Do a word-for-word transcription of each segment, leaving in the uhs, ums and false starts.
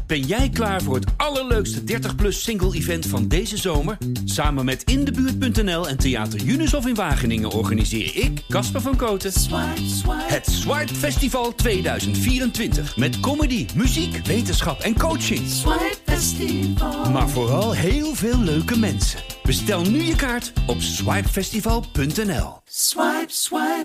Ben jij klaar voor het allerleukste dertig plus single-event van deze zomer? Samen met In de Buurt punt n l en Theater Junushof in Wageningen organiseer ik, Casper van Kooten, Swipe, Swipe. Het Swipe Festival tweeduizend vierentwintig. Met comedy, muziek, wetenschap en coaching. Swipe Festival. Maar vooral heel veel leuke mensen. Bestel nu je kaart op swipe festival punt n l. Swipe, swipe.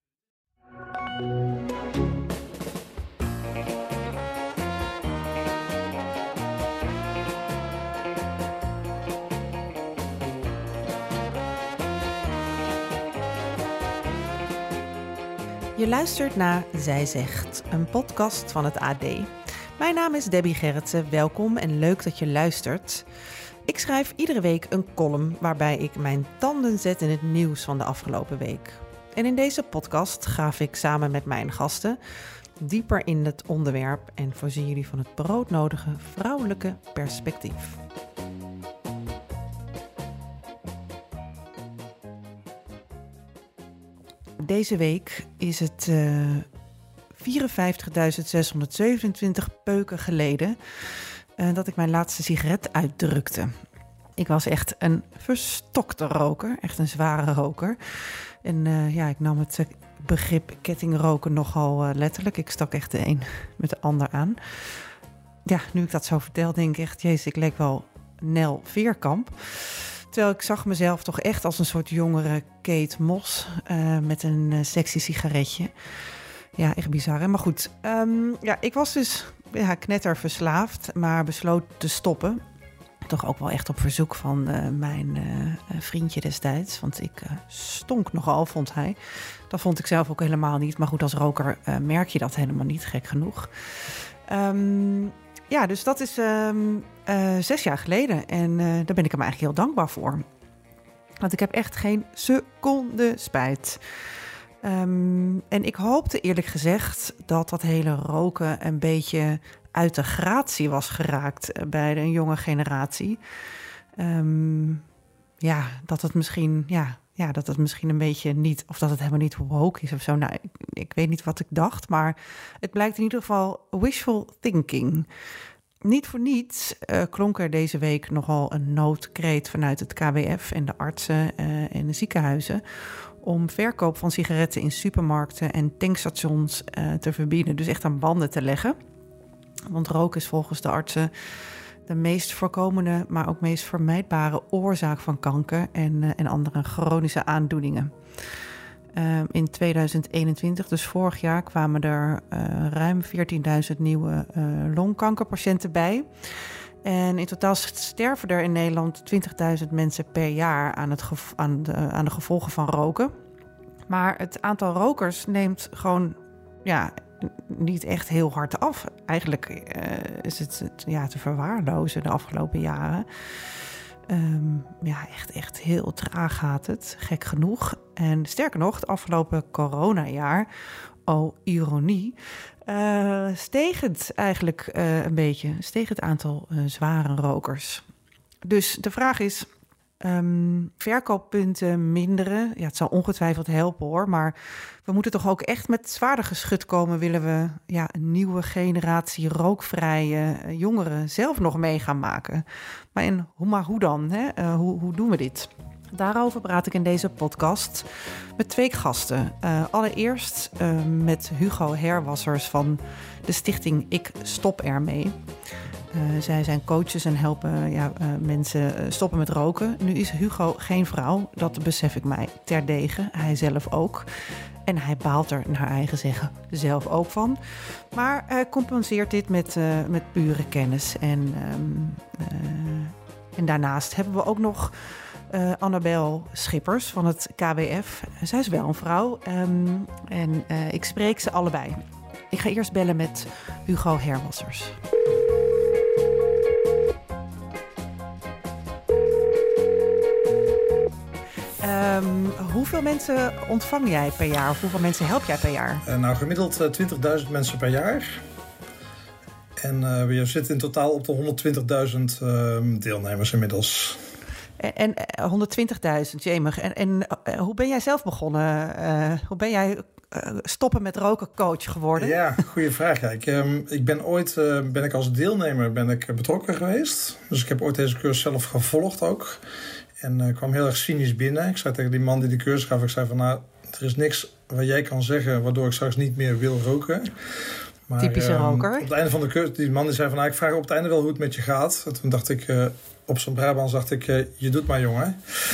Je luistert naar Zij Zegt, een podcast van het A D. Mijn naam is Debbie Gerritsen, welkom en leuk dat je luistert. Ik schrijf iedere week een column waarbij ik mijn tanden zet in het nieuws van de afgelopen week. En in deze podcast graaf ik samen met mijn gasten dieper in het onderwerp en voorzie jullie van het broodnodige vrouwelijke perspectief. Deze week is het uh, vierenvijftigduizend zeshonderdzevenentwintig peuken geleden uh, dat ik mijn laatste sigaret uitdrukte. Ik was echt een verstokte roker, echt een zware roker. En uh, ja, ik nam het begrip kettingroken nogal uh, letterlijk. Ik stak echt de een met de ander aan. Ja, nu ik dat zo vertel, denk ik echt, jezus, ik leek wel Nel Veerkamp. Terwijl ik zag mezelf toch echt als een soort jongere Kate Moss uh, met een uh, sexy sigaretje. Ja, echt bizar, hè? Maar goed, um, ja, ik was dus ja, knetterverslaafd, maar besloot te stoppen. Toch ook wel echt op verzoek van uh, mijn uh, vriendje destijds. Want ik uh, stonk nogal, vond hij. Dat vond ik zelf ook helemaal niet. Maar goed, als roker uh, merk je dat helemaal niet, gek genoeg. Um, ja, dus dat is um, uh, zes jaar geleden. En uh, daar ben ik hem eigenlijk heel dankbaar voor. Want ik heb echt geen seconde spijt. Um, en ik hoopte eerlijk gezegd dat dat hele roken een beetje uit de gratie was geraakt bij de jonge generatie. Um, ja, dat het misschien, ja, ja, dat het misschien een beetje niet, of dat het helemaal niet woke is of zo. Nou, ik, ik weet niet wat ik dacht, maar het blijkt in ieder geval wishful thinking. Niet voor niets uh, klonk er deze week nogal een noodkreet vanuit het K W F en de artsen uh, en de ziekenhuizen om verkoop van sigaretten in supermarkten en tankstations uh, te verbieden. Dus echt aan banden te leggen. Want roken is volgens de artsen de meest voorkomende, maar ook meest vermijdbare oorzaak van kanker en, uh, en andere chronische aandoeningen. Uh, in tweeduizend eenentwintig, dus vorig jaar, kwamen er uh, ruim veertienduizend nieuwe uh, longkankerpatiënten bij. En in totaal sterven er in Nederland twintigduizend mensen per jaar aan, het gev- aan, de, aan de gevolgen van roken. Maar het aantal rokers neemt gewoon ja, niet echt heel hard af. Eigenlijk uh, is het, het ja, te verwaarlozen de afgelopen jaren. Um, ja, echt, echt heel traag gaat het, gek genoeg. En sterker nog, het afgelopen coronajaar, oh ironie, uh, steeg het eigenlijk uh, een beetje, steeg het aantal uh, zware rokers. Dus de vraag is, um, verkooppunten minderen, ja, het zal ongetwijfeld helpen hoor, maar we moeten toch ook echt met zwaarder geschut komen, willen we ja, een nieuwe generatie rookvrije uh, jongeren zelf nog mee gaan maken. Maar, in, maar hoe dan? Hè? Uh, hoe, hoe doen we dit? Daarover praat ik in deze podcast met twee gasten. Uh, allereerst uh, met Hugo Herwassers van de stichting Ik Stop Ermee. Uh, zij zijn coaches en helpen ja, uh, mensen stoppen met roken. Nu is Hugo geen vrouw, dat besef ik mij terdege. Hij zelf ook. En hij baalt er naar eigen zeggen zelf ook van. Maar hij uh, compenseert dit met, uh, met pure kennis. En, um, uh, en daarnaast hebben we ook nog uh, Annabel Schippers van het K W F. Zij is wel een vrouw um, en uh, ik spreek ze allebei. Ik ga eerst bellen met Hugo Herwassers. Um, hoeveel mensen ontvang jij per jaar? Of hoeveel mensen help jij per jaar? Uh, nou, gemiddeld uh, twintigduizend mensen per jaar. En uh, we zitten in totaal op de honderdtwintigduizend uh, deelnemers inmiddels. En, en uh, honderdtwintigduizend, jemig. En, en uh, hoe ben jij zelf begonnen? Uh, hoe ben jij uh, stoppen met roken coach geworden? Ja, goede vraag. Ja. Ik, um, ik ben ooit uh, ben ik als deelnemer ben ik betrokken geweest. Dus ik heb ooit deze cursus zelf gevolgd ook. En uh, kwam heel erg cynisch binnen. Ik zei tegen die man die de cursus gaf, ik zei van nou, er is niks wat jij kan zeggen waardoor ik straks niet meer wil roken. Maar, Typische um, roker. Op het einde van de cursus, die man die zei van nou, ik vraag op het einde wel hoe het met je gaat. En toen dacht ik, uh, op zijn Brabants dacht ik, uh, je doet maar jongen.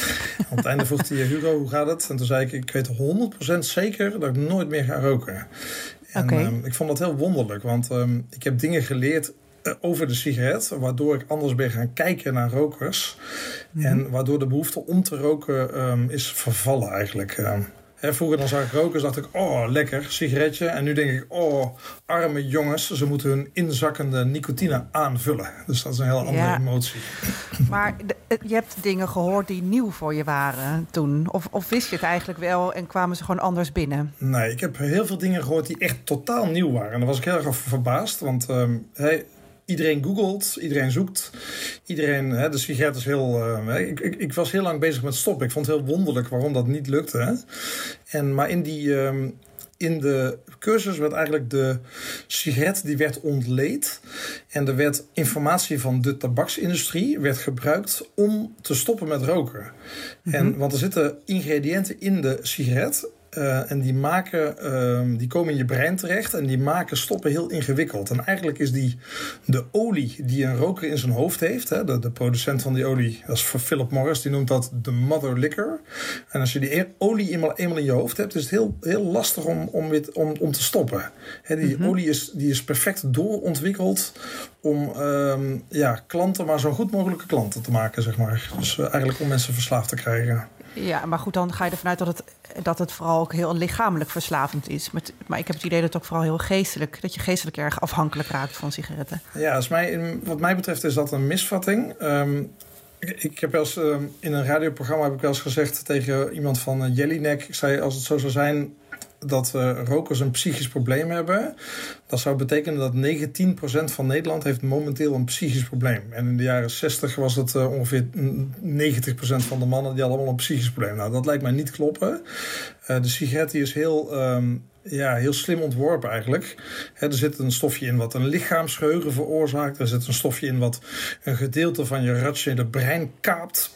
Op het einde vroeg hij, Hugo, hoe gaat het? En toen zei ik, ik weet honderd procent zeker dat ik nooit meer ga roken. En okay. um, ik vond dat heel wonderlijk, want um, ik heb dingen geleerd uh, over de sigaret, waardoor ik anders ben gaan kijken naar rokers. Mm-hmm. En waardoor de behoefte om te roken um, is vervallen eigenlijk. Uh, He, vroeger dan zag ik rokers, dacht ik, oh, lekker, sigaretje. En nu denk ik, oh, arme jongens, ze moeten hun inzakkende nicotine aanvullen. Dus dat is een hele andere ja. emotie. Maar de, je hebt dingen gehoord die nieuw voor je waren toen? Of, of wist je het eigenlijk wel en kwamen ze gewoon anders binnen? Nee, ik heb heel veel dingen gehoord die echt totaal nieuw waren. En daar was ik heel erg verbaasd, want um, hey, iedereen googelt, iedereen zoekt. Iedereen, hè, de sigaret is heel... Uh, ik, ik, ik was heel lang bezig met stoppen. Ik vond het heel wonderlijk waarom dat niet lukte. Hè? En, maar in, die, um, in de cursus werd eigenlijk de sigaret die werd ontleed. En er werd informatie van de tabaksindustrie werd gebruikt om te stoppen met roken. Mm-hmm. En, want er zitten ingrediënten in de sigaret. Uh, en die, maken, uh, die komen in je brein terecht en die maken stoppen heel ingewikkeld. En eigenlijk is die de olie die een roker in zijn hoofd heeft, hè, de, de producent van die olie, dat is voor Philip Morris, die noemt dat de mother liquor. En als je die olie eenmaal, eenmaal in je hoofd hebt, is het heel, heel lastig om, om, om, om te stoppen. Hè, die mm-hmm. olie is, die is perfect doorontwikkeld om um, ja, klanten, maar zo goed mogelijke klanten te maken, zeg maar. Dus uh, eigenlijk om mensen verslaafd te krijgen. Ja, maar goed, dan ga je ervan uit dat het, dat het vooral ook heel lichamelijk verslavend is. Maar, maar ik heb het idee dat het ook vooral heel geestelijk, dat je geestelijk erg afhankelijk raakt van sigaretten. Ja, is mij, wat mij betreft is dat een misvatting. Um, ik, ik heb wel eens uh, in een radioprogramma heb ik wel eens gezegd tegen iemand van uh, Jellinek. Ik zei, als het zo zou zijn dat uh, rokers een psychisch probleem hebben, dat zou betekenen dat negentien procent van Nederland heeft momenteel een psychisch probleem. En in de jaren zestig was het uh, ongeveer negentig procent van de mannen die hadden allemaal een psychisch probleem. Nou, dat lijkt mij niet kloppen. Uh, de sigaret die is heel, um, ja, heel slim ontworpen eigenlijk. He, er zit een stofje in wat een lichaamsgeheugen veroorzaakt. Er zit een stofje in wat een gedeelte van je rationele brein kaapt.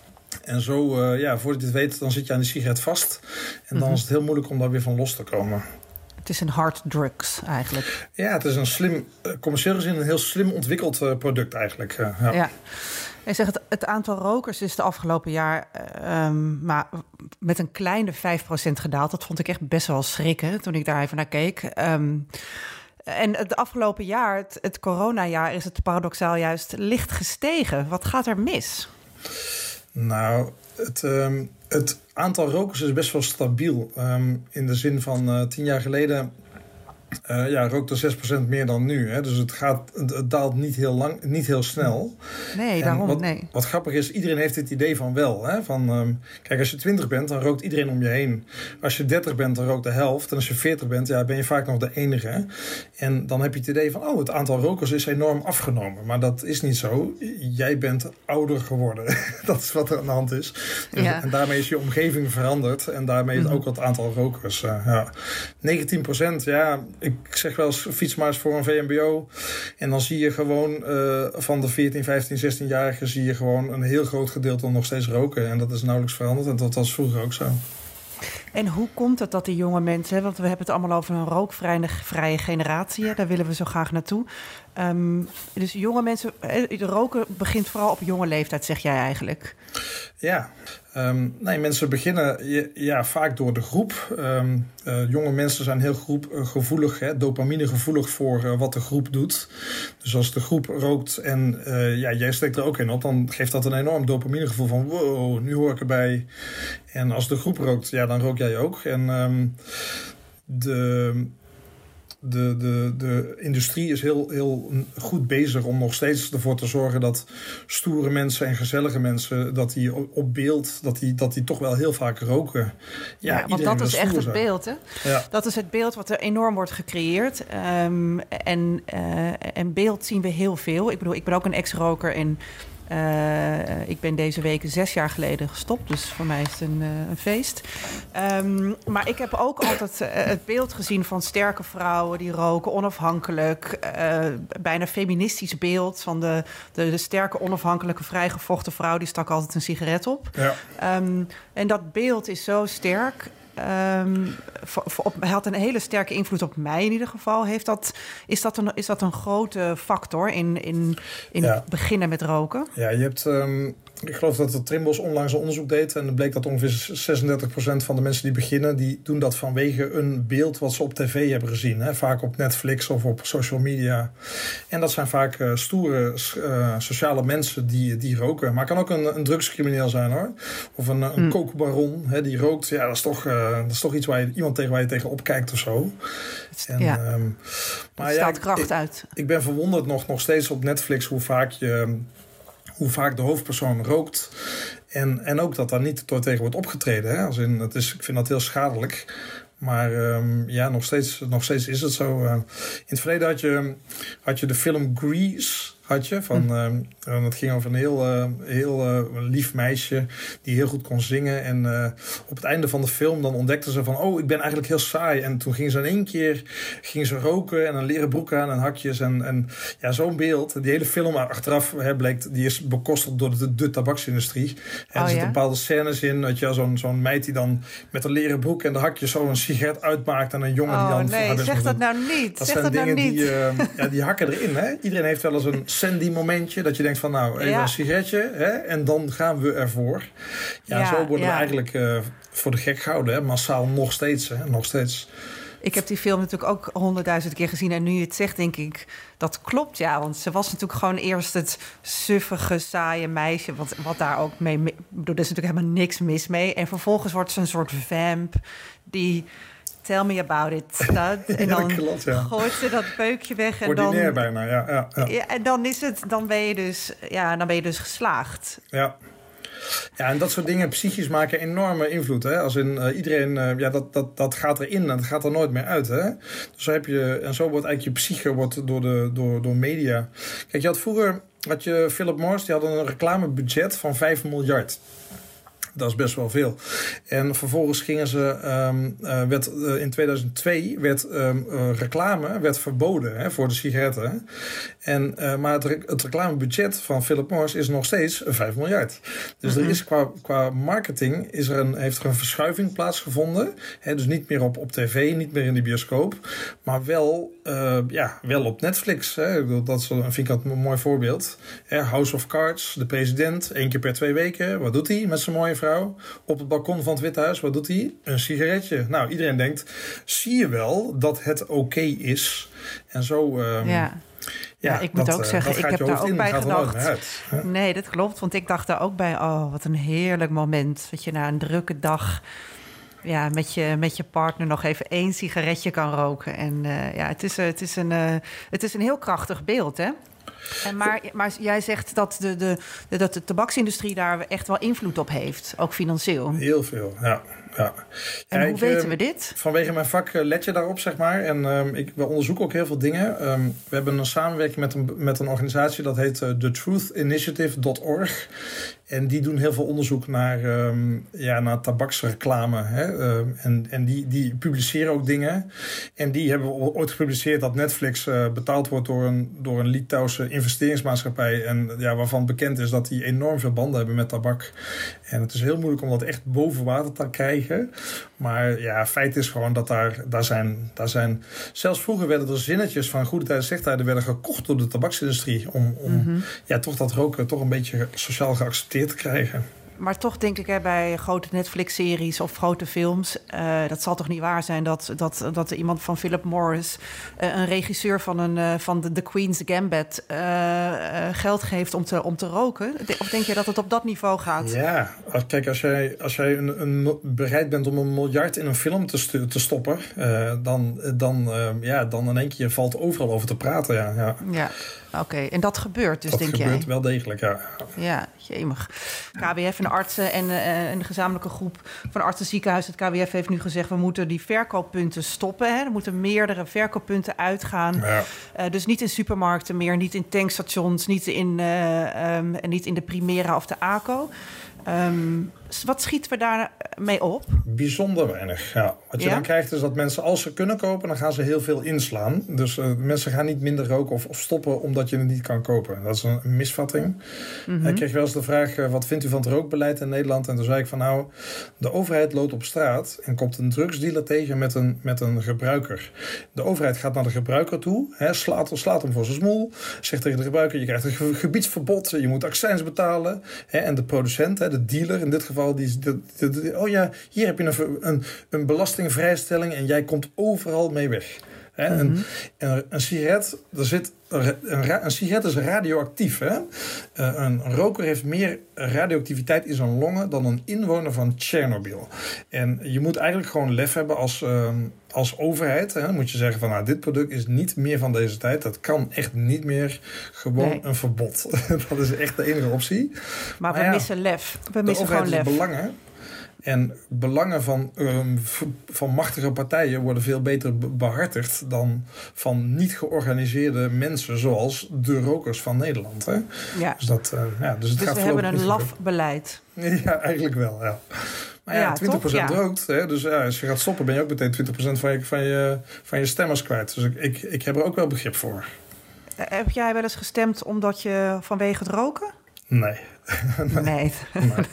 En zo, uh, ja, voordat je het weet, dan zit je aan die sigaret vast. En dan mm-hmm. is het heel moeilijk om daar weer van los te komen. Het is een hard drugs eigenlijk. Ja, het is een slim, commercieel gezien een heel slim ontwikkeld uh, product eigenlijk. Uh, ja. ja. Je zegt, het, het aantal rokers is de afgelopen jaar um, maar met een kleine vijf procent gedaald. Dat vond ik echt best wel schrikken toen ik daar even naar keek. Um, en het afgelopen jaar, het, het coronajaar, is het paradoxaal juist licht gestegen. Wat gaat er mis? Nou, het, um, het aantal rokers is best wel stabiel. Um, in de zin van uh, tien jaar geleden uh, ja, rookt er zes procent meer dan nu. Hè? Dus het, gaat, het daalt niet heel, lang, niet heel snel. Nee, daarom wat, nee. Wat grappig is, iedereen heeft dit idee van wel. Hè? Van, um, kijk, als je twintig bent, dan rookt iedereen om je heen. Als je dertig bent, dan rookt de helft. En als je veertig bent, ja, ben je vaak nog de enige. En dan heb je het idee van, oh, het aantal rokers is enorm afgenomen. Maar dat is niet zo. Jij bent ouder geworden. Dat is wat er aan de hand is. Ja. En daarmee is je omgeving veranderd. En daarmee mm-hmm. ook het aantal rokers. Uh, ja. negentien procent, ja, ik zeg wel eens, fiets maar eens voor een V M B O. En dan zie je gewoon uh, van de veertien, vijftien, zestienjarigen zie je gewoon een heel groot gedeelte nog steeds roken. En dat is nauwelijks veranderd. En dat was vroeger ook zo. En hoe komt het dat die jonge mensen, want we hebben het allemaal over een rookvrije vrije generatie, daar willen we zo graag naartoe. Um, dus jonge mensen, de roken begint vooral op jonge leeftijd, zeg jij eigenlijk? Ja, um, nee, mensen beginnen ja, vaak door de groep. Um, uh, jonge mensen zijn heel groepgevoelig, hè, dopaminegevoelig voor uh, wat de groep doet. Dus als de groep rookt en uh, ja, jij steekt er ook in op, dan geeft dat een enorm dopaminegevoel van wow, nu hoor ik erbij. En als de groep rookt, ja, dan rook jij ook. En um, de... De, de, de industrie is heel, heel goed bezig om nog steeds ervoor te zorgen dat stoere mensen en gezellige mensen, dat die op beeld, dat die, dat die toch wel heel vaak roken. Ja, ja want dat is echt het beeld, hè? Ja. Dat is het beeld wat er enorm wordt gecreëerd. Um, en, uh, en beeld zien we heel veel. Ik bedoel, ik ben ook een ex-roker en Uh, ik ben deze week zes jaar geleden gestopt, dus voor mij is het een, uh, een feest. Um, maar ik heb ook altijd uh, het beeld gezien van sterke vrouwen die roken, onafhankelijk. Uh, bijna feministisch beeld van de, de, de sterke, onafhankelijke, vrijgevochten vrouw. Die stak altijd een sigaret op. Ja. Um, en dat beeld is zo sterk. Um, voor, voor op, hij had een hele sterke invloed op mij in ieder geval. Heeft dat, is, dat een, is dat een grote factor in, in, in ja. het beginnen met roken? Ja, je hebt... Um, ik geloof dat de Trimbos onlangs een onderzoek deed... en het bleek dat ongeveer zesendertig procent van de mensen die beginnen... die doen dat vanwege een beeld wat ze op tv hebben gezien. Hè? Vaak op Netflix of op social media. En dat zijn vaak uh, stoere uh, sociale mensen die, die roken. Maar het kan ook een, een drugscrimineel zijn, hoor. Of een, een mm. kookbaron hè, die rookt. Ja, dat is toch, uh, dat is toch iets waar je, iemand tegen waar je tegen opkijkt of zo. En, ja, um, maar het staat ja, kracht ik, uit. Ik ben verwonderd nog, nog steeds op Netflix hoe vaak je... hoe vaak de hoofdpersoon rookt. En, en ook dat daar niet door tegen wordt opgetreden. Hè? Als in, het is, ik vind dat heel schadelijk. Maar um, ja, nog steeds, nog steeds is het zo. Uh, in het verleden had je, had je de film Grease... had je, van, uh, dat ging over een heel, uh, heel uh, lief meisje die heel goed kon zingen. En uh, op het einde van de film dan ontdekte ze van... oh, ik ben eigenlijk heel saai. En toen ging ze in één keer ging ze roken en een leren broek aan en hakjes. En, en ja, zo'n beeld. Die hele film achteraf hè, bleek, die is bekostigd door de, de tabaksindustrie. En oh, er zitten ja? bepaalde scènes in. Dat je zo'n zo'n meid die dan met een leren broek en de hakjes zo een sigaret uitmaakt. En een jongen oh, die dan... nee, zeg dat nou niet. Dat zeg zijn dat dingen nou niet. die, uh, ja, die hakken erin. Hè? Iedereen heeft wel eens een Sandy momentje dat je denkt van nou, even ja. een sigaretje hè, en dan gaan we ervoor. Ja, ja zo worden ja. we eigenlijk uh, voor de gek gehouden, hè? Massaal nog steeds, hè? Nog steeds. Ik heb die film natuurlijk ook honderdduizend keer gezien en nu je het zegt, denk ik, dat klopt, ja. Want ze was natuurlijk gewoon eerst het suffige, saaie meisje, wat, wat daar ook mee... mee er is natuurlijk helemaal niks mis mee. En vervolgens wordt ze een soort vamp die... Tell me about it. Dat. En dan ja, klopt, ja. gooit ze dat peukje weg. En ordinair dan, bijna, ja, ja, ja. ja. En dan is het, dan ben je dus, ja, dan ben je dus geslaagd. Ja. Ja, en dat soort dingen psychisch maken enorme invloed. Hè? Als in uh, iedereen, uh, ja, dat, dat, dat gaat erin en dat gaat er nooit meer uit. Hè? Dus zo heb je, en zo wordt eigenlijk je psyche wordt door, de, door, door media. Kijk, je had vroeger, had je Philip Morris, die had een reclamebudget van vijf miljard. Dat is best wel veel. En vervolgens gingen ze... Um, uh, werd, uh, in tweeduizend twee werd um, uh, reclame werd verboden hè, voor de sigaretten. En, uh, maar het, het reclamebudget van Philip Morris is nog steeds vijf miljard. Dus mm-hmm. er is qua, qua marketing is er een, heeft er een verschuiving plaatsgevonden. Hè, dus niet meer op, op tv, niet meer in de bioscoop. Maar wel, uh, ja, wel op Netflix. Hè. Dat is, vind ik dat een mooi voorbeeld. Hè, House of Cards, de president, één keer per twee weken. Wat doet hij met zijn mooie vrouw? Op het balkon van het Witte Huis, wat doet hij? Een sigaretje. Nou, iedereen denkt, zie je wel dat het oké okay is? En zo... Um, ja. Ja, ja, ik moet dat, ook zeggen, ik heb daar ook in, bij gedacht. Uit, nee, dat klopt, want ik dacht daar ook bij... oh, wat een heerlijk moment. Dat je na een drukke dag... ja, met je, met je partner nog even één sigaretje kan roken. En uh, ja, het is, uh, het, is een, uh, het is een heel krachtig beeld, hè? En maar, maar jij zegt dat de, de, de, dat de tabaksindustrie daar echt wel invloed op heeft, ook financieel. Heel veel, ja. ja. En ja, hoe ik, weten we dit? Vanwege mijn vak let je daarop, zeg maar. En um, ik, we onderzoeken ook heel veel dingen. Um, we hebben een samenwerking met een, met een organisatie dat heet uh, the truth initiative dot org. En die doen heel veel onderzoek naar, um, ja, naar tabaksreclame. Hè? Uh, en en die, die publiceren ook dingen. En die hebben ooit gepubliceerd dat Netflix uh, betaald wordt door een, door een Litouwse investeringsmaatschappij. En ja, waarvan bekend is dat die enorm veel banden hebben met tabak. En het is heel moeilijk om dat echt boven water te krijgen. Maar ja, feit is gewoon dat daar, daar, zijn, daar zijn... Zelfs vroeger werden er zinnetjes van goede tijden, slechte tijden werden gekocht door de tabaksindustrie. Om, om mm-hmm. ja, toch dat roken toch een beetje sociaal geaccepteerd te krijgen. Maar toch denk ik hè, bij grote Netflix-series of grote films... Uh, dat zal toch niet waar zijn dat, dat, dat iemand van Philip Morris... Uh, een regisseur van, een, uh, van de, The Queen's Gambit uh, uh, geld geeft om te, om te roken? Of denk je dat het op dat niveau gaat? Ja, kijk, als jij, als jij een, een, bereid bent om een miljard in een film te, stu- te stoppen... Uh, dan, dan, uh, ja, dan in één keer valt overal over te praten, ja. ja. ja. Oké, okay. En dat gebeurt dus, dat denk jij? Dat gebeurt wel degelijk, ja. Ja, jemig. K W F en de artsen en uh, een gezamenlijke groep van artsen-ziekenhuis. Het K W F heeft nu gezegd, we moeten die verkooppunten stoppen. Hè. Er moeten meerdere verkooppunten uitgaan. Ja. Uh, dus niet in supermarkten meer, niet in tankstations, niet in, uh, um, niet in de Primera of de ACO. Um, wat schieten we daarmee op? Bijzonder weinig, ja. Wat je ja? dan krijgt is dat mensen, als ze kunnen kopen, dan gaan ze heel veel inslaan. Dus uh, mensen gaan niet minder roken of, of stoppen omdat je het niet kan kopen. Dat is een misvatting. Mm-hmm. Ik kreeg wel eens de vraag, uh, wat vindt u van het rookbeleid in Nederland? En toen zei ik van nou, de overheid loopt op straat en komt een drugsdealer tegen met een, met een gebruiker. De overheid gaat naar de gebruiker toe, hè, slaat, slaat hem voor zijn smoel, zegt tegen de gebruiker, je krijgt een gebiedsverbod, je moet accijns betalen. Hè, en de producent, hè, de dealer in dit geval, die, die, die, die, oh ja, hier heb je een, een, een belastingvrijstelling en jij komt overal mee weg. Hè? Mm-hmm. een, een, een sigaret, er zit, een, een, een sigaret is radioactief. Hè? Uh, een, een roker heeft meer radioactiviteit in zijn longen dan een inwoner van Tsjernobyl. En je moet eigenlijk gewoon lef hebben als, uh, als overheid. Hè? Dan moet je zeggen van nou, dit product is niet meer van deze tijd. Dat kan echt niet meer. Gewoon nee. een verbod. Dat is echt de enige optie. Maar, maar we ja, missen lef. We missen gewoon lef. Belangen. En belangen van, um, van machtige partijen worden veel beter behartigd dan van niet georganiseerde mensen zoals de rokers van Nederland. Hè? Ja. Dus, dat, uh, ja, dus, het dus gaat we hebben een laf beleid. Ja, eigenlijk wel. Ja. Maar ja, ja twintig procent ja. rookt. Hè? Dus ja, als je gaat stoppen ben je ook meteen twintig procent van je, van je, van je stemmers kwijt. Dus ik, ik, ik heb er ook wel begrip voor. Uh, heb jij wel eens gestemd omdat je vanwege het roken? Nee. nee. Nee. nee.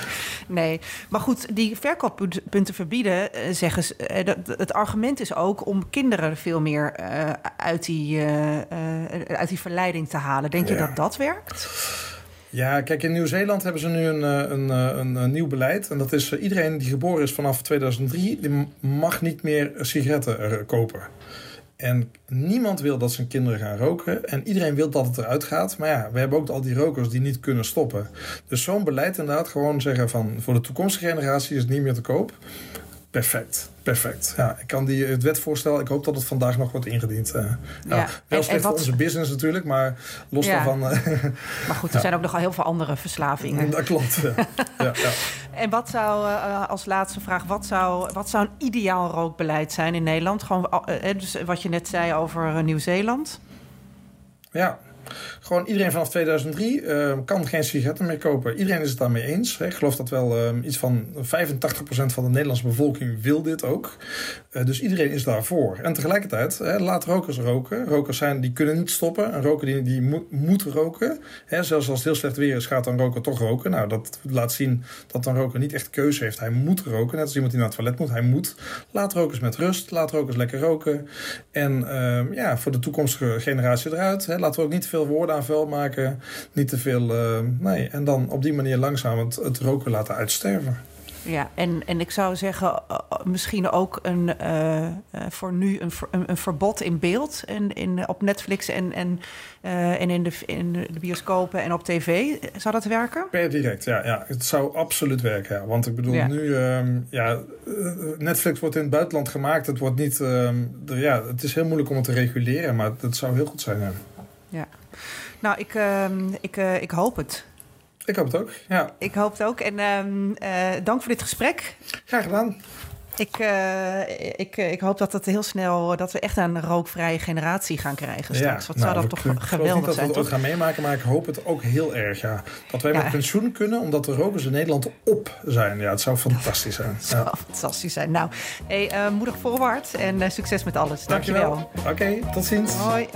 nee. Maar goed, die verkooppunten verbieden, zeggen ze. Het argument is ook om kinderen veel meer uh, uit, die, uh, uh, uit die verleiding te halen. Denk ja. je dat dat werkt? Ja, kijk, in Nieuw-Zeeland hebben ze nu een, een, een, een nieuw beleid. En dat is uh, iedereen die geboren is vanaf tweeduizend drie... die mag niet meer sigaretten uh, kopen. En niemand wil dat zijn kinderen gaan roken. En iedereen wil dat het eruit gaat. Maar ja, we hebben ook al die rokers die niet kunnen stoppen. Dus zo'n beleid inderdaad, gewoon zeggen van voor de toekomstige generatie is het niet meer te koop. Perfect, perfect. Ja, ik kan die, het wetvoorstel, ik hoop dat het vandaag nog wordt ingediend. Uh, ja, ja, wel slecht voor onze business natuurlijk, maar los ja. daarvan... Uh, maar goed, er ja. zijn ook nogal heel veel andere verslavingen. Dat klopt, ja. ja, ja. En wat zou, uh, als laatste vraag, wat zou, wat zou een ideaal rookbeleid zijn in Nederland? Gewoon, uh, dus wat je net zei over uh, Nieuw-Zeeland. Ja. Gewoon iedereen vanaf tweeduizend drie uh, kan geen sigaretten meer kopen. Iedereen is het daarmee eens. Hè. Ik geloof dat wel uh, iets van vijfentachtig procent van de Nederlandse bevolking wil dit ook. Uh, dus iedereen is daarvoor. En tegelijkertijd, hè, laat rokers roken. Rokers zijn, die kunnen niet stoppen. Een roker die, die moet, moet roken. Hè, zelfs als het heel slecht weer is, gaat een roker toch roken. Nou, dat laat zien dat een roker niet echt keuze heeft. Hij moet roken. Net als iemand die naar het toilet moet. Hij moet. Laat rokers met rust. Laat rokers lekker roken. En uh, ja, voor de toekomstige generatie eruit. Hè, laten we ook niet te veel woorden aan vuil maken. Niet te veel... Uh, nee, en dan op die manier langzaam het, het roken laten uitsterven. Ja, en, en ik zou zeggen, uh, misschien ook een, uh, uh, voor nu een, een, een verbod in beeld en in, op Netflix en, en, uh, en in, de, in de bioscopen en op tv. Zou dat werken? Per direct, ja. ja. Het zou absoluut werken, ja. Want ik bedoel, ja. nu... Um, ja, Netflix wordt in het buitenland gemaakt. Het wordt niet... Um, de, ja, het is heel moeilijk om het te reguleren, maar het zou heel goed zijn, ja. Ja. Nou, ik, uh, ik, uh, ik hoop het. Ik hoop het ook, ja. Ik hoop het ook. En uh, uh, dank voor dit gesprek. Graag gedaan. Ik, uh, ik, ik hoop dat het heel snel, dat we echt een rookvrije generatie gaan krijgen straks. Ja, Wat nou, zou dat ik, toch ik geweldig zijn, niet dat zijn, we het ook gaan meemaken, maar ik hoop het ook heel erg, ja. Dat wij ja. met pensioen kunnen, omdat de rokers in Nederland op zijn. Ja, het zou fantastisch zijn. Het zou ja. fantastisch zijn. Nou, hey, uh, moedig voorwaarts en uh, succes met alles. Dankjewel. Dankjewel. Oké, okay, tot ziens. Hoi.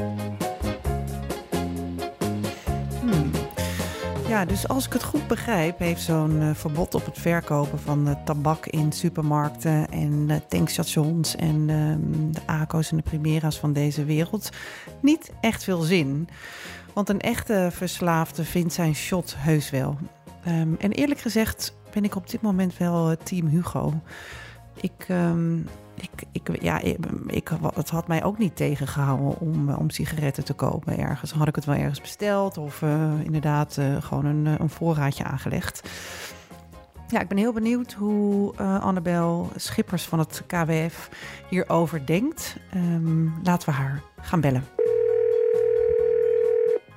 Hmm. Ja, dus als ik het goed begrijp, heeft zo'n uh, verbod op het verkopen van uh, tabak in supermarkten en uh, tankstations en uh, de A C O's en de Primera's van deze wereld niet echt veel zin. Want een echte verslaafde vindt zijn shot heus wel. Um, en eerlijk gezegd ben ik op dit moment wel uh, team Hugo. Ik... Um, Ik, ik, ja, ik, ik, het had mij ook niet tegengehouden om, om sigaretten te kopen ergens. Dan had ik het wel ergens besteld of uh, inderdaad uh, gewoon een, een voorraadje aangelegd. Ja, ik ben heel benieuwd hoe uh, Annabel Schippers van het K W F hierover denkt. Um, laten we haar gaan bellen.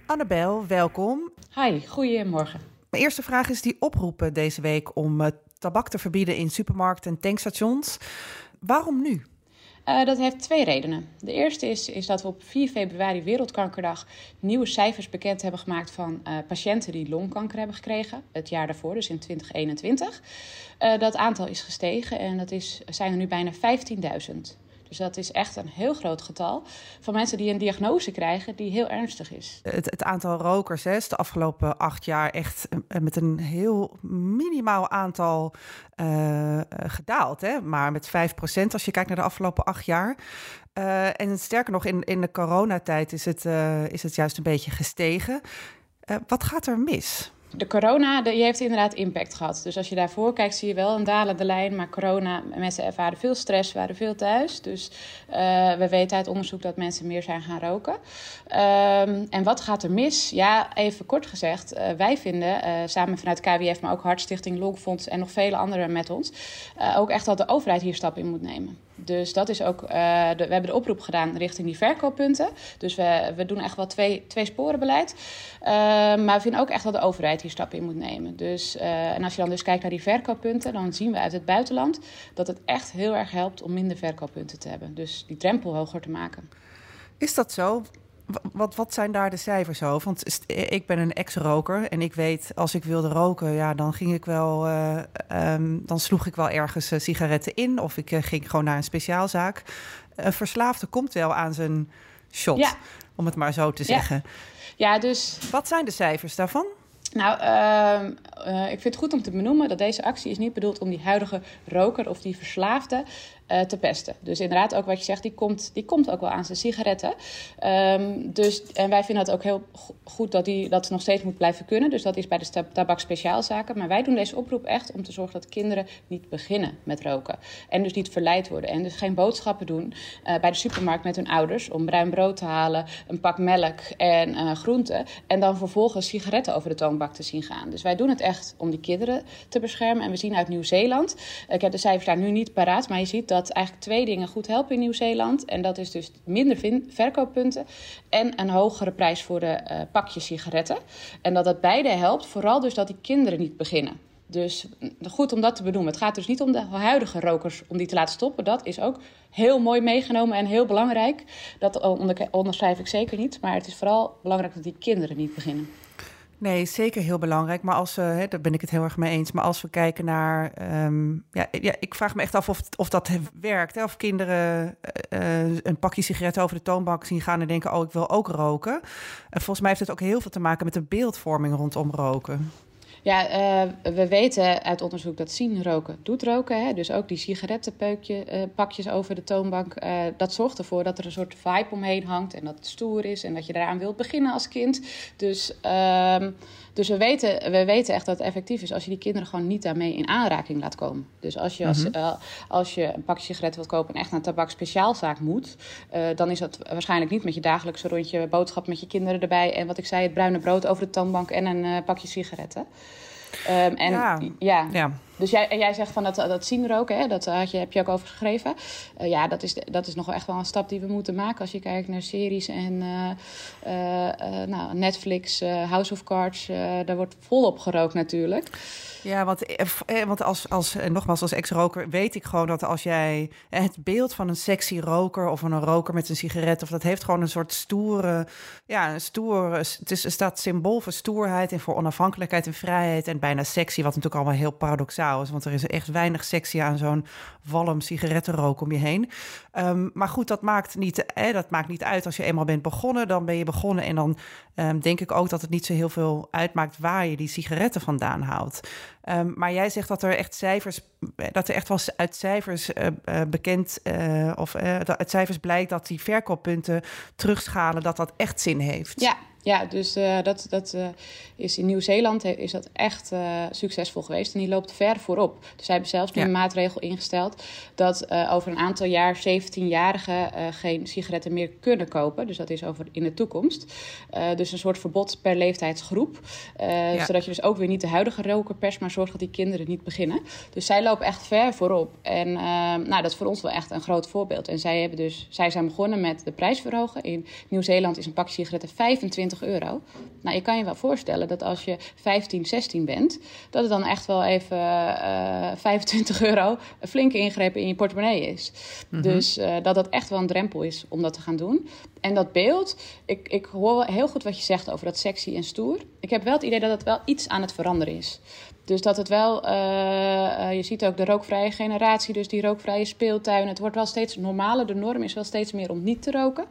Annabel, welkom. Hi, goedemorgen. Mijn eerste vraag is die oproepen deze week om uh, tabak te verbieden in supermarkten en tankstations. Waarom nu? Uh, dat heeft twee redenen. De eerste is, is dat we op vier februari Wereldkankerdag nieuwe cijfers bekend hebben gemaakt van uh, patiënten die longkanker hebben gekregen. Het jaar daarvoor, dus in twintig eenentwintig. Uh, dat aantal is gestegen en dat is, zijn er nu bijna vijftienduizend. Dus dat is echt een heel groot getal van mensen die een diagnose krijgen die heel ernstig is. Het, het aantal rokers is de afgelopen acht jaar echt met een heel minimaal aantal uh, gedaald. Hè? Maar met vijf procent als je kijkt naar de afgelopen acht jaar. Uh, en sterker nog, in, in de coronatijd is het, uh, is het juist een beetje gestegen. Uh, wat gaat er mis? De corona die heeft inderdaad impact gehad. Dus als je daarvoor kijkt zie je wel een dalende lijn. Maar corona, mensen ervaren veel stress, waren veel thuis. Dus uh, we weten uit onderzoek dat mensen meer zijn gaan roken. Um, en wat gaat er mis? Ja, even kort gezegd. Uh, wij vinden, uh, samen vanuit K W F, maar ook Hartstichting, Longfonds en nog vele anderen met ons, Uh, ook echt dat de overheid hier stappen in moet nemen. Dus dat is ook, uh, de, we hebben de oproep gedaan richting die verkooppunten. Dus we, we doen echt wel twee, twee sporen beleid. Uh, maar we vinden ook echt dat de overheid hier stappen in moet nemen. Dus, uh, en als je dan dus kijkt naar die verkooppunten, dan zien we uit het buitenland dat het echt heel erg helpt om minder verkooppunten te hebben. Dus die drempel hoger te maken. Is dat zo? Wat, wat zijn daar de cijfers over? Want ik ben een ex-roker en ik weet, als ik wilde roken, ja, dan ging ik wel, uh, um, dan sloeg ik wel ergens uh, sigaretten in of ik uh, ging gewoon naar een speciaalzaak. Een verslaafde komt wel aan zijn shot, ja. om het maar zo te zeggen. Ja, ja dus. Wat zijn de cijfers daarvan? Nou, uh, uh, ik vind het goed om te benoemen dat deze actie is niet bedoeld om die huidige roker of die verslaafde uh, te pesten. Dus inderdaad, ook wat je zegt, die komt, die komt ook wel aan zijn sigaretten. Um, dus, en wij vinden het ook heel goed dat, die, dat het nog steeds moet blijven kunnen. Dus dat is bij de tabakspeciaalzaken. Maar wij doen deze oproep echt om te zorgen dat kinderen niet beginnen met roken. En dus niet verleid worden. En dus geen boodschappen doen uh, bij de supermarkt met hun ouders om bruin brood te halen, een pak melk en uh, groenten. En dan vervolgens sigaretten over de toonbank te zien gaan. Dus wij doen het echt om die kinderen te beschermen. En we zien uit Nieuw-Zeeland, ik heb de cijfers daar nu niet paraat, maar je ziet dat eigenlijk twee dingen goed helpen in Nieuw-Zeeland. En dat is dus minder vin- verkooppunten en een hogere prijs voor de uh, pakjes sigaretten. En dat dat beide helpt, vooral dus dat die kinderen niet beginnen. Dus goed om dat te benoemen. Het gaat dus niet om de huidige rokers om die te laten stoppen. Dat is ook heel mooi meegenomen en heel belangrijk. Dat onder- onderschrijf ik zeker niet. Maar het is vooral belangrijk dat die kinderen niet beginnen. Nee, zeker heel belangrijk. Maar als we, hè, daar ben ik het heel erg mee eens. Maar als we kijken naar, um, ja, ja, ik vraag me echt af of, of dat werkt. Hè? Of kinderen uh, een pakje sigaretten over de toonbank zien gaan en denken, oh, ik wil ook roken. En volgens mij heeft het ook heel veel te maken met de beeldvorming rondom roken. Ja, uh, we weten uit onderzoek dat zien roken doet roken. Hè? Dus ook die sigarettenpakjes uh, over de toonbank. Uh, dat zorgt ervoor dat er een soort vibe omheen hangt. En dat het stoer is en dat je daaraan wilt beginnen als kind. Dus, uh, dus we, weten, we weten echt dat het effectief is als je die kinderen gewoon niet daarmee in aanraking laat komen. Dus als je, als, uh, als je een pakje sigaretten wilt kopen en echt naar een tabakspeciaalzaak moet, Uh, dan is dat waarschijnlijk niet met je dagelijkse rondje boodschap met je kinderen erbij. En wat ik zei, het bruine brood over de toonbank en een uh, pakje sigaretten. Um, en ja, ja. ja. Dus jij, jij zegt van dat, dat zien roken, hè? Dat had je, heb je ook over geschreven. Uh, ja, dat is, dat is nog wel echt wel een stap die we moeten maken als je kijkt naar series en uh, uh, uh, nou, Netflix, uh, House of Cards. Uh, daar wordt volop gerookt natuurlijk. Ja, want, want als, als, nogmaals, als ex-roker weet ik gewoon dat als jij het beeld van een sexy roker of van een roker met een sigaret, of dat heeft gewoon een soort stoere, ja, een stoer, het is, er staat symbool voor stoerheid en voor onafhankelijkheid en vrijheid en bijna sexy, wat natuurlijk allemaal heel paradoxaal is, want er is echt weinig sexy aan zo'n walm sigarettenrook om je heen. Um, maar goed, dat maakt, niet, eh, dat maakt niet uit als je eenmaal bent begonnen, dan ben je begonnen en dan um, denk ik ook dat het niet zo heel veel uitmaakt waar je die sigaretten vandaan haalt. Um, maar jij zegt dat er echt cijfers, dat er echt wel uit cijfers uh, uh, bekend, uh, of uh, dat uit cijfers blijkt dat die verkooppunten terugschalen, dat dat echt zin heeft. Ja. Ja, dus uh, dat, dat uh, is in Nieuw-Zeeland is dat echt uh, succesvol geweest. En die loopt ver voorop. Dus zij hebben zelfs nu ja. een maatregel ingesteld dat uh, over een aantal jaar zeventienjarigen uh, geen sigaretten meer kunnen kopen. Dus dat is over in de toekomst. Uh, dus een soort verbod per leeftijdsgroep. Uh, ja. Zodat je dus ook weer niet de huidige roker perst, maar zorgt dat die kinderen niet beginnen. Dus zij lopen echt ver voorop. En uh, nou, dat is voor ons wel echt een groot voorbeeld. En zij, hebben dus, zij zijn begonnen met de prijs verhogen. In Nieuw-Zeeland is een pakje sigaretten vijfentwintig twintig euro. Nou, je kan je wel voorstellen dat als je vijftien, zestien bent, dat het dan echt wel even uh, vijfentwintig euro een flinke ingreep in je portemonnee is. Mm-hmm. Dus uh, dat dat echt wel een drempel is om dat te gaan doen. En dat beeld, ik, ik hoor heel goed wat je zegt over dat sexy en stoer. Ik heb wel het idee dat het wel iets aan het veranderen is. Dus dat het wel, uh, uh, je ziet ook de rookvrije generatie, dus die rookvrije speeltuin. Het wordt wel steeds normaler. De norm is wel steeds meer om niet te roken.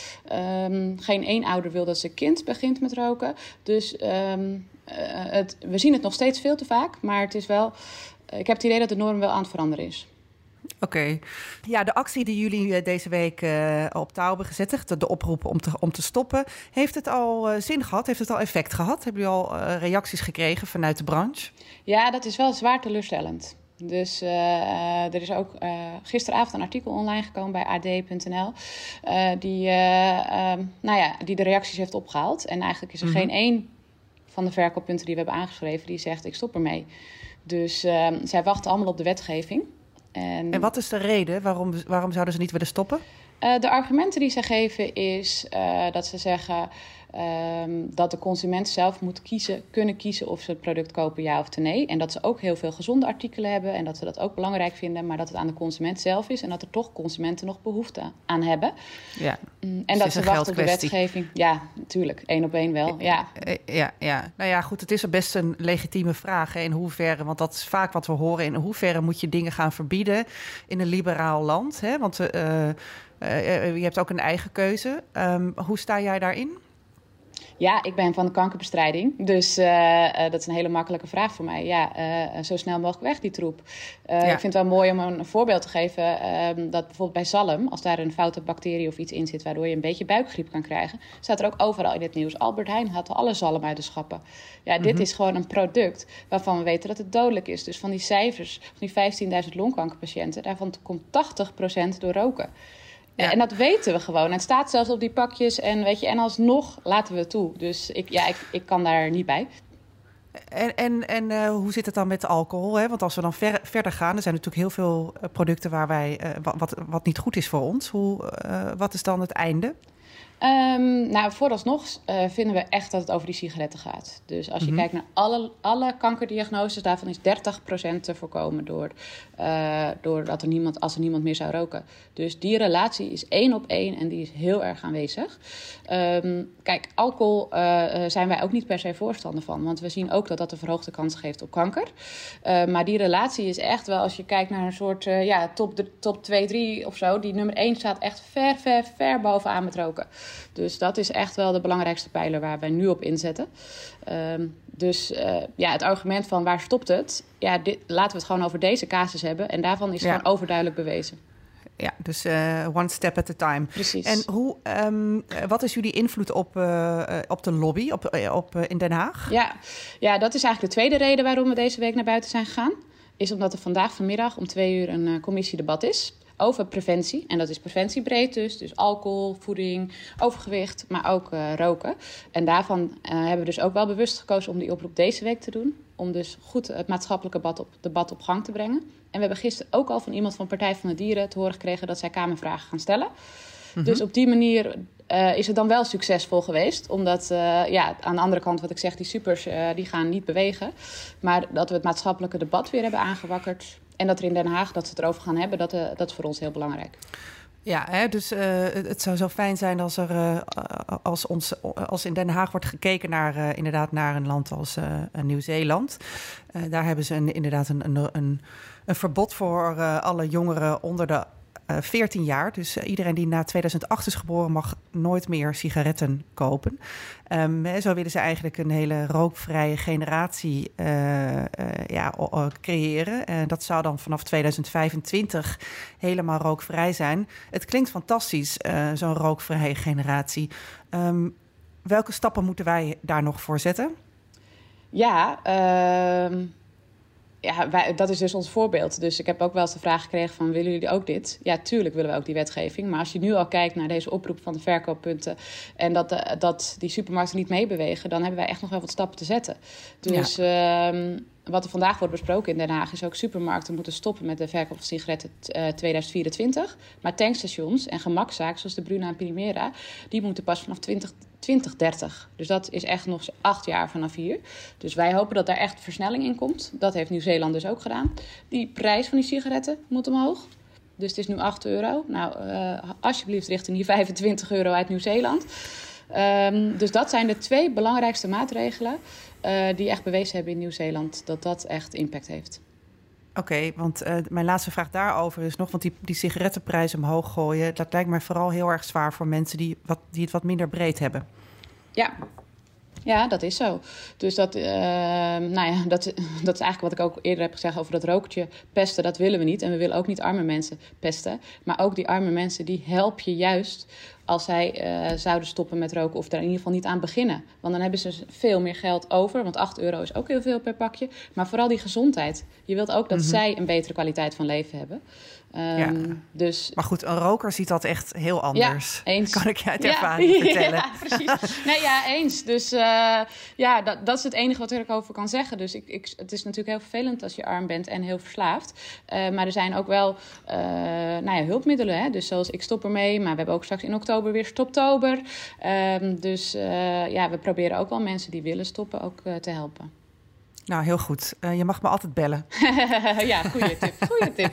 Um, geen één ouder wil dat zijn kind begint met roken. Dus um, uh, het, we zien het nog steeds veel te vaak. Maar het is wel, uh, ik heb het idee dat de norm wel aan het veranderen is. Oké. Okay. Ja, de actie die jullie deze week uh, op touw hebben gezet, de, de oproep om te, om te stoppen, heeft het al uh, zin gehad? Heeft het al effect gehad? Hebben jullie al uh, reacties gekregen vanuit de branche? Ja, dat is wel zwaar teleurstellend. Dus uh, er is ook uh, gisteravond een artikel online gekomen bij a d punt n l... Uh, die, uh, um, nou ja, die de reacties heeft opgehaald. En eigenlijk is er mm-hmm. geen één van de verkooppunten die we hebben aangeschreven die zegt ik stop ermee. Dus uh, zij wachten allemaal op de wetgeving. En, en wat is de reden? Waarom, waarom zouden ze niet willen stoppen? Uh, de argumenten die ze geven is uh, dat ze zeggen um, dat de consument zelf moet kiezen, kunnen kiezen of ze het product kopen ja of nee. En dat ze ook heel veel gezonde artikelen hebben en dat ze dat ook belangrijk vinden, maar dat het aan de consument zelf is en dat er toch consumenten nog behoefte aan hebben. Ja. Mm, en dat ze wachten op de wetgeving. Ja, natuurlijk. Één op één wel. Ja. Ja, ja. Nou ja, goed. Het is best een legitieme vraag. Hè, in hoeverre, want dat is vaak wat we horen. In hoeverre moet je dingen gaan verbieden in een liberaal land? Hè? Want uh, uh, je hebt ook een eigen keuze. Um, hoe sta jij daarin? Ja, ik ben van de kankerbestrijding. Dus uh, uh, dat is een hele makkelijke vraag voor mij. Ja, uh, zo snel mogelijk weg die troep. Uh, ja. Ik vind het wel mooi om een voorbeeld te geven. Uh, dat bijvoorbeeld bij zalm, als daar een foute bacterie of iets in zit, waardoor je een beetje buikgriep kan krijgen, staat er ook overal in het nieuws. Albert Heijn had alle zalm uit de schappen. Ja, dit mm-hmm. is gewoon een product waarvan we weten dat het dodelijk is. Dus van die cijfers, van die vijftienduizend longkankerpatiënten, daarvan komt tachtig procent door roken. Ja. En dat weten we gewoon. Het staat zelfs op die pakjes. En, weet je, en alsnog laten we het toe. Dus ik, ja, ik, ik kan daar niet bij. En, en, en uh, hoe zit het dan met de alcohol? Hè? Want als we dan ver, verder gaan, er zijn natuurlijk heel veel uh, producten waar wij, uh, wat, wat niet goed is voor ons. Hoe, uh, wat is dan het einde? Um, nou, vooralsnog uh, vinden we echt dat het over die sigaretten gaat. Dus als je mm-hmm. kijkt naar alle, alle kankerdiagnoses, daarvan is dertig procent te voorkomen door, uh, doordat er niemand, als er niemand meer zou roken. Dus die relatie is één op één en die is heel erg aanwezig. Um, kijk, alcohol uh, zijn wij ook niet per se voorstander van, want we zien ook dat dat een verhoogde kans geeft op kanker. Uh, maar die relatie is echt wel, als je kijkt naar een soort uh, ja, top, de, top twee, drie of zo, die nummer één staat echt ver, ver, ver bovenaan met roken. Dus dat is echt wel de belangrijkste pijler waar wij nu op inzetten. Um, dus uh, ja, het argument van waar stopt het? Ja, dit, laten we het gewoon over deze casus hebben. En daarvan is ja. gewoon overduidelijk bewezen. Ja, dus uh, one step at a time. Precies. En hoe, um, wat is jullie invloed op, uh, op de lobby op, op, uh, in Den Haag? Ja. ja, dat is eigenlijk de tweede reden waarom we deze week naar buiten zijn gegaan. Is omdat er vandaag vanmiddag om twee uur een uh, commissiedebat is over preventie. En dat is preventiebreed dus. Dus alcohol, voeding, overgewicht, maar ook uh, roken. En daarvan uh, hebben we dus ook wel bewust gekozen om die oproep deze week te doen. Om dus goed het maatschappelijke debat op, debat op gang te brengen. En we hebben gisteren ook al van iemand van Partij van de Dieren te horen gekregen dat zij Kamervragen gaan stellen. Mm-hmm. Dus op die manier uh, is het dan wel succesvol geweest. Omdat, uh, ja, aan de andere kant wat ik zeg, die supers uh, die gaan niet bewegen. Maar dat we het maatschappelijke debat weer hebben aangewakkerd. En dat er in Den Haag, dat ze het erover gaan hebben, dat, uh, dat is voor ons heel belangrijk. Ja, hè, dus uh, het zou zo fijn zijn als er uh, als, ons, als in Den Haag wordt gekeken naar uh, inderdaad naar een land als uh, Nieuw-Zeeland. Uh, daar hebben ze een, inderdaad een, een, een, een verbod voor uh, alle jongeren onder de Uh, veertien jaar. Dus uh, iedereen die na tweeduizend acht is geboren mag nooit meer sigaretten kopen. Um, hè, zo willen ze eigenlijk een hele rookvrije generatie uh, uh, ja, uh, creëren. En uh, dat zou dan vanaf tweeduizend vijfentwintig helemaal rookvrij zijn. Het klinkt fantastisch, uh, zo'n rookvrije generatie. Um, welke stappen moeten wij daar nog voor zetten? Ja, uh... Ja, wij, dat is dus ons voorbeeld. Dus ik heb ook wel eens de vraag gekregen van, willen jullie ook dit? Ja, tuurlijk willen we ook die wetgeving. Maar als je nu al kijkt naar deze oproep van de verkooppunten en dat, uh, dat die supermarkten niet meebewegen, dan hebben wij echt nog wel wat stappen te zetten. Dus ja. um, wat er vandaag wordt besproken in Den Haag is ook supermarkten moeten stoppen met de verkoop van sigaretten uh, tweeduizend vierentwintig. Maar tankstations en gemakzaken zoals de Bruna en Primera, die moeten pas vanaf twintig twintig dertig. Dus dat is echt nog acht jaar vanaf hier. Dus wij hopen dat daar echt versnelling in komt. Dat heeft Nieuw-Zeeland dus ook gedaan. Die prijs van die sigaretten moet omhoog. Dus het is nu acht euro. Nou, uh, alsjeblieft richting die vijfentwintig euro uit Nieuw-Zeeland. Um, dus dat zijn de twee belangrijkste maatregelen uh, die echt bewezen hebben in Nieuw-Zeeland dat dat echt impact heeft. Oké, okay, want uh, mijn laatste vraag daarover is nog, want die, die sigarettenprijzen omhoog gooien, dat lijkt mij vooral heel erg zwaar voor mensen die, wat, die het wat minder breed hebben. Ja. Ja, dat is zo. Dus dat, uh, nou ja, dat, dat is eigenlijk wat ik ook eerder heb gezegd over dat rokertje pesten. Dat willen we niet. En we willen ook niet arme mensen pesten. Maar ook die arme mensen, die help je juist als zij uh, zouden stoppen met roken of er in ieder geval niet aan beginnen. Want dan hebben ze veel meer geld over. Want acht euro is ook heel veel per pakje. Maar vooral die gezondheid. Je wilt ook dat mm-hmm. zij een betere kwaliteit van leven hebben. Um, ja. dus... Maar goed, een roker ziet dat echt heel anders. Ja, eens. Kan ik je uit ervaring ja. vertellen. Ja, precies. Nee, ja, eens. Dus uh, ja, dat, dat is het enige wat ik over kan zeggen. Dus ik, ik, het is natuurlijk heel vervelend als je arm bent en heel verslaafd. Uh, maar er zijn ook wel uh, nou ja, hulpmiddelen. Hè? Dus zoals ik stop ermee. Maar we hebben ook straks in oktober weer Stoptober. Um, dus uh, ja, we proberen ook wel mensen die willen stoppen ook uh, te helpen. Nou, heel goed. Uh, je mag me altijd bellen. Ja, goede tip. Goede tip.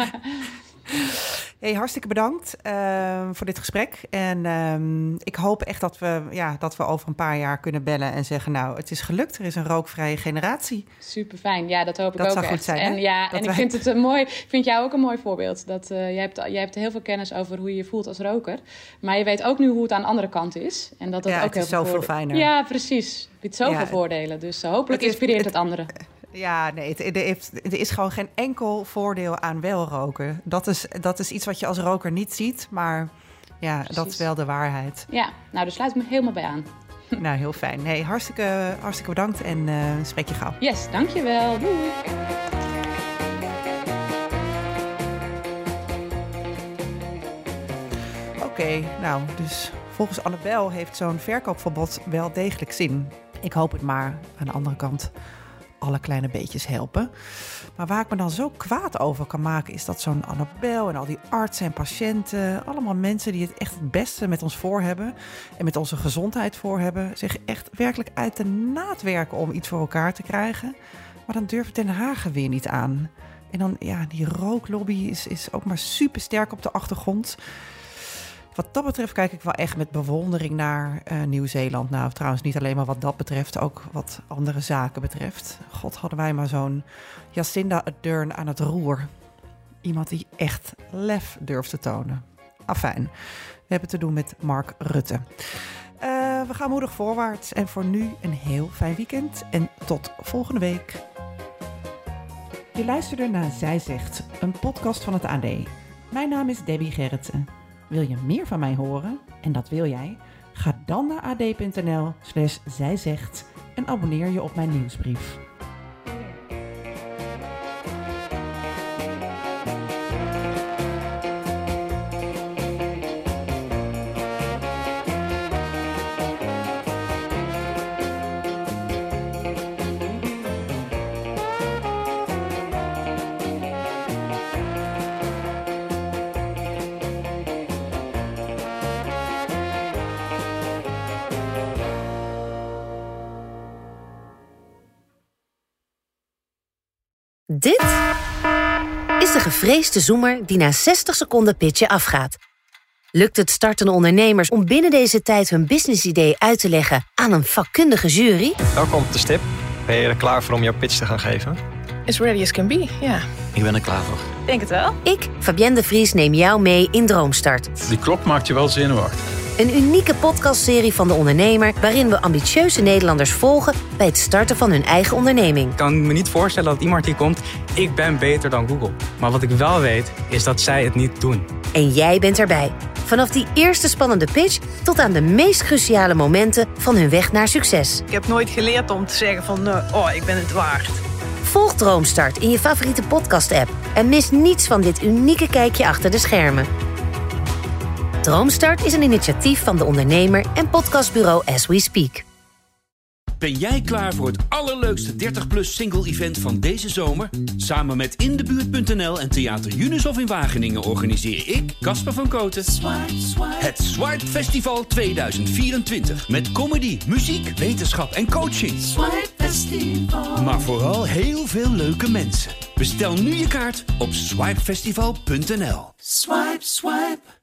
Hey, hartstikke bedankt uh, voor dit gesprek. En um, ik hoop echt dat we, ja, dat we over een paar jaar kunnen bellen en zeggen, nou, het is gelukt. Er is een rookvrije generatie. Super fijn. Ja, dat hoop ik dat ook zou echt. Goed zijn, en ja, en wij... ik vind het een mooi. Ik vind jou ook een mooi voorbeeld. Dat uh, jij hebt, jij hebt heel veel kennis over hoe je je voelt als roker. Maar je weet ook nu hoe het aan de andere kant is. En dat dat ja, ook het heel is zoveel voorde- fijner. Ja, precies. Je hebt zoveel ja, voordelen. Dus uh, hopelijk het inspireert het, het anderen. Ja, nee, het, het, het is gewoon geen enkel voordeel aan wel roken. Dat is, dat is iets wat je als roker niet ziet, maar ja, Precies. dat is wel de waarheid. Ja, nou, daar sluit ik me helemaal bij aan. Nou, heel fijn. Hey, hartstikke, hartstikke bedankt en uh, spreek je gauw. Yes, dankjewel. Doei. Oké, okay, nou, dus volgens Annabel heeft zo'n verkoopverbod wel degelijk zin. Ik hoop het maar. Aan de andere kant, alle kleine beetjes helpen. Maar waar ik me dan zo kwaad over kan maken, is dat zo'n Annabel en al die artsen en patiënten, allemaal mensen die het echt het beste met ons voor hebben en met onze gezondheid voor hebben, zich echt werkelijk uit de naad werken om iets voor elkaar te krijgen. Maar dan durft Den Haag er weer niet aan. En dan, ja, die rooklobby is, is ook maar super sterk op de achtergrond. Wat dat betreft kijk ik wel echt met bewondering naar uh, Nieuw-Zeeland. Nou, trouwens niet alleen maar wat dat betreft, ook wat andere zaken betreft. God, hadden wij maar zo'n Jacinda Ardern aan het roer. Iemand die echt lef durft te tonen. Afijn, we hebben te doen met Mark Rutte. Uh, we gaan moedig voorwaarts en voor nu een heel fijn weekend en tot volgende week. Je luisterde naar Zij Zegt, een podcast van het A D. Mijn naam is Debbie Gerritsen. Wil je meer van mij horen? En dat wil jij? Ga dan naar ad.nl slash zijzegt en abonneer je op mijn nieuwsbrief. Dit is de gevreesde zoemer die na zestig seconden pitchen afgaat. Lukt het startende ondernemers om binnen deze tijd hun businessidee uit te leggen aan een vakkundige jury? Welkom op de stip. Ben je er klaar voor om jouw pitch te gaan geven? As ready as can be, ja. Yeah. Ik ben er klaar voor. Denk het wel. Ik, Fabienne de Vries, neem jou mee in Droomstart. Die klok maakt je wel zenuwachtig. Een unieke podcastserie van De Ondernemer, waarin we ambitieuze Nederlanders volgen bij het starten van hun eigen onderneming. Ik kan me niet voorstellen dat iemand hier komt, ik ben beter dan Google. Maar wat ik wel weet, is dat zij het niet doen. En jij bent erbij. Vanaf die eerste spannende pitch tot aan de meest cruciale momenten van hun weg naar succes. Ik heb nooit geleerd om te zeggen van, uh, oh, ik ben het waard. Volg Droomstart in je favoriete podcast-app en mis niets van dit unieke kijkje achter de schermen. Droomstart is een initiatief van De Ondernemer en podcastbureau As We Speak. Ben jij klaar voor het allerleukste dertig plus single event van deze zomer? Samen met Indebuurt punt n l en Theater Junushof in Wageningen organiseer ik, Casper van Koten, Swipe, Swipe. Het Swipe Festival tweeduizend vierentwintig. Met comedy, muziek, wetenschap en coaching. Swipe Festival. Maar vooral heel veel leuke mensen. Bestel nu je kaart op swipe festival punt n l. Swipe, swipe.